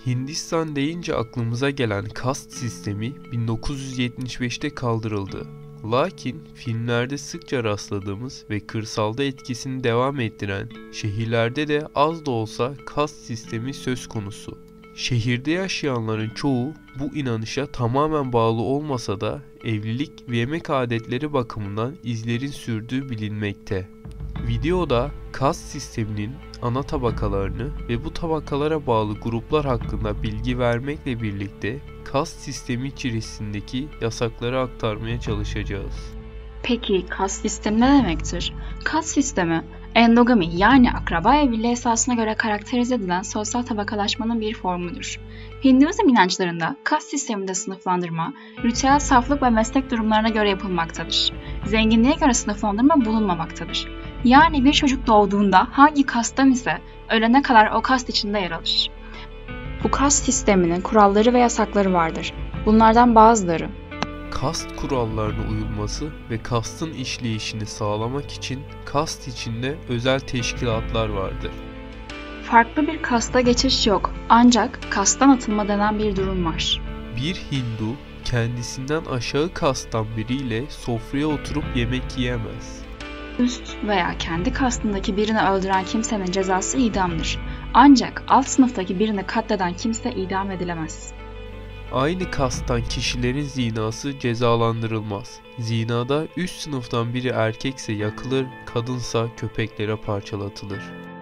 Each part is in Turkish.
Hindistan deyince aklımıza gelen kast sistemi 1975'te kaldırıldı. Lakin filmlerde sıkça rastladığımız ve kırsalda etkisini devam ettiren, şehirlerde de az da olsa kast sistemi söz konusu. Şehirde yaşayanların çoğu bu inanışa tamamen bağlı olmasa da evlilik ve yemek adetleri bakımından izlerin sürdüğü bilinmekte. Videoda kast sisteminin ana tabakalarını ve bu tabakalara bağlı gruplar hakkında bilgi vermekle birlikte kast sistemi içerisindeki yasakları aktarmaya çalışacağız. Peki kast sistemi ne demektir? Kast sistemi, endogami yani akraba evliliği esasına göre karakterize edilen sosyal tabakalaşmanın bir formudur. Hinduizm inançlarında kast sisteminde sınıflandırma, ritüel saflık ve meslek durumlarına göre yapılmaktadır. Zenginliğe göre sınıflandırma bulunmamaktadır. Yani bir çocuk doğduğunda hangi kastan ise ölene kadar o kast içinde yer alır. Bu kast sisteminin kuralları ve yasakları vardır. Bunlardan bazıları: Kast kurallarına uyulması ve kastın işleyişini sağlamak için kast içinde özel teşkilatlar vardır. Farklı bir kasta geçiş yok, ancak kastan atılma denen bir durum var. Bir Hindu kendisinden aşağı kastan biriyle sofraya oturup yemek yiyemez. Üst veya kendi kastındaki birini öldüren kimsenin cezası idamdır. Ancak alt sınıftaki birini katleden kimse idam edilemez. Aynı kasttan kişilerin zinası cezalandırılmaz. Zinada üst sınıftan biri erkekse yakılır, kadınsa köpeklere parçalatılır.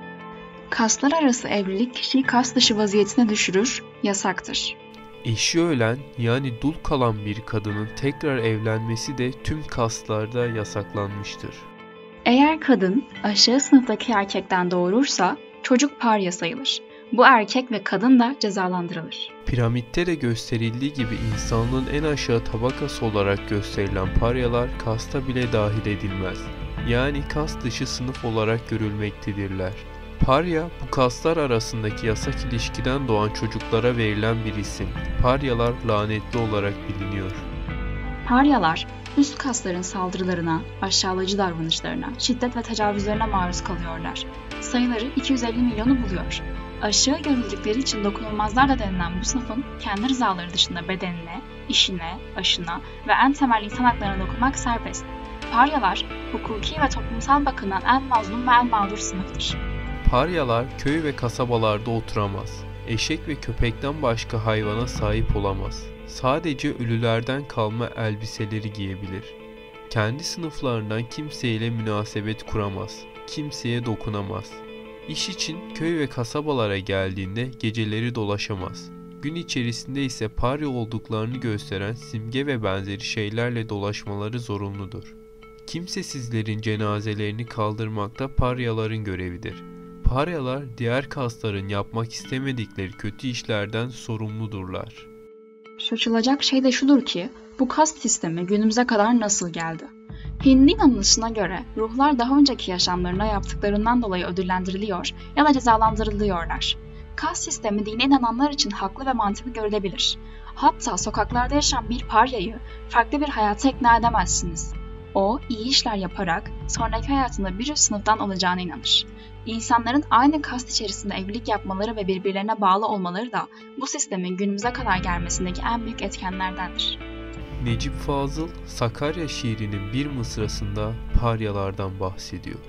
Kastlar arası evlilik kişiyi kast dışı vaziyetine düşürür, yasaktır. Eşi ölen yani dul kalan bir kadının tekrar evlenmesi de tüm kastlarda yasaklanmıştır. Eğer kadın aşağı sınıftaki erkekten doğurursa çocuk parya sayılır. Bu erkek ve kadın da cezalandırılır. Piramitte de gösterildiği gibi insanlığın en aşağı tabakası olarak gösterilen paryalar kasta bile dahil edilmez. Yani kast dışı sınıf olarak görülmektedirler. Parya, bu kastlar arasındaki yasak ilişkiden doğan çocuklara verilen bir isim. Paryalar lanetli olarak biliniyor. Paryalar, üst kastların saldırılarına, aşağılayıcı davranışlarına, şiddet ve tecavüzlerine maruz kalıyorlar. Sayıları 250 milyonu buluyor. Aşağı görüldükleri için dokunulmazlar da denilen bu sınıfın kendi rızaları dışında bedenine, işine, aşına ve en temel insan haklarına dokunmak serbest. Paryalar, hukuki ve toplumsal bakımdan en mazlum ve en mağdur sınıftır. Paryalar köy ve kasabalarda oturamaz. Eşek ve köpekten başka hayvana sahip olamaz. Sadece ölülerden kalma elbiseleri giyebilir. Kendi sınıflarından kimseyle münasebet kuramaz. Kimseye dokunamaz. İş için köy ve kasabalara geldiğinde geceleri dolaşamaz. Gün içerisinde ise parya olduklarını gösteren simge ve benzeri şeylerle dolaşmaları zorunludur. Kimsesizlerin cenazelerini kaldırmak da paryaların görevidir. Paryalar diğer kastların yapmak istemedikleri kötü işlerden sorumludurlar. Şaşılacak şey de şudur ki, bu kast sistemi günümüze kadar nasıl geldi? Hindu inanışına göre ruhlar daha önceki yaşamlarına yaptıklarından dolayı ödüllendiriliyor ya da cezalandırılıyorlar. Kast sistemi dine inananlar için haklı ve mantıklı görülebilir. Hatta sokaklarda yaşayan bir paryayı farklı bir hayata ikna edemezsiniz. O, iyi işler yaparak sonraki hayatında bir üst sınıftan olacağına inanır. İnsanların aynı kast içerisinde evlilik yapmaları ve birbirlerine bağlı olmaları da bu sistemin günümüze kadar gelmesindeki en büyük etkenlerdendir. Necip Fazıl, Sakarya şiirinin bir mısrasında paryalardan bahsediyor.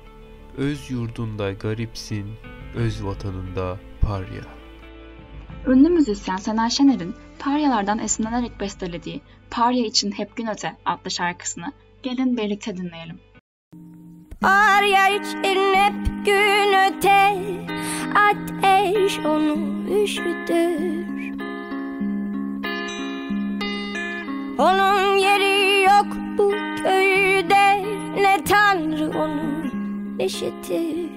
Öz yurdunda garipsin, öz vatanında parya. Ünlü müzisyen Şener Şener'in paryalardan esinlenerek bestelediği "Parya için Hep Gün Öte" adlı şarkısını gelin birlikte dinleyelim. Parya için hep gün öte, ateş onu üşütür. Onun yeri yok bu köyde, ne tanrı onu işitir.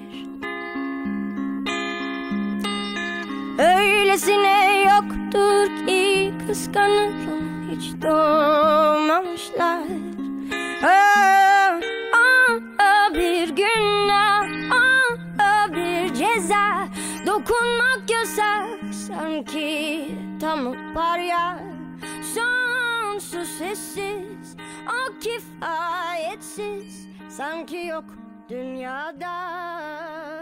Öylesine yoktur ki kıskanır onu, hiç doğmamışlar. Bir günah, bir ceza, dokunmak yasak sanki tam o parya. Sonsuz sessiz, o kifayetsiz, sanki yok dünyada.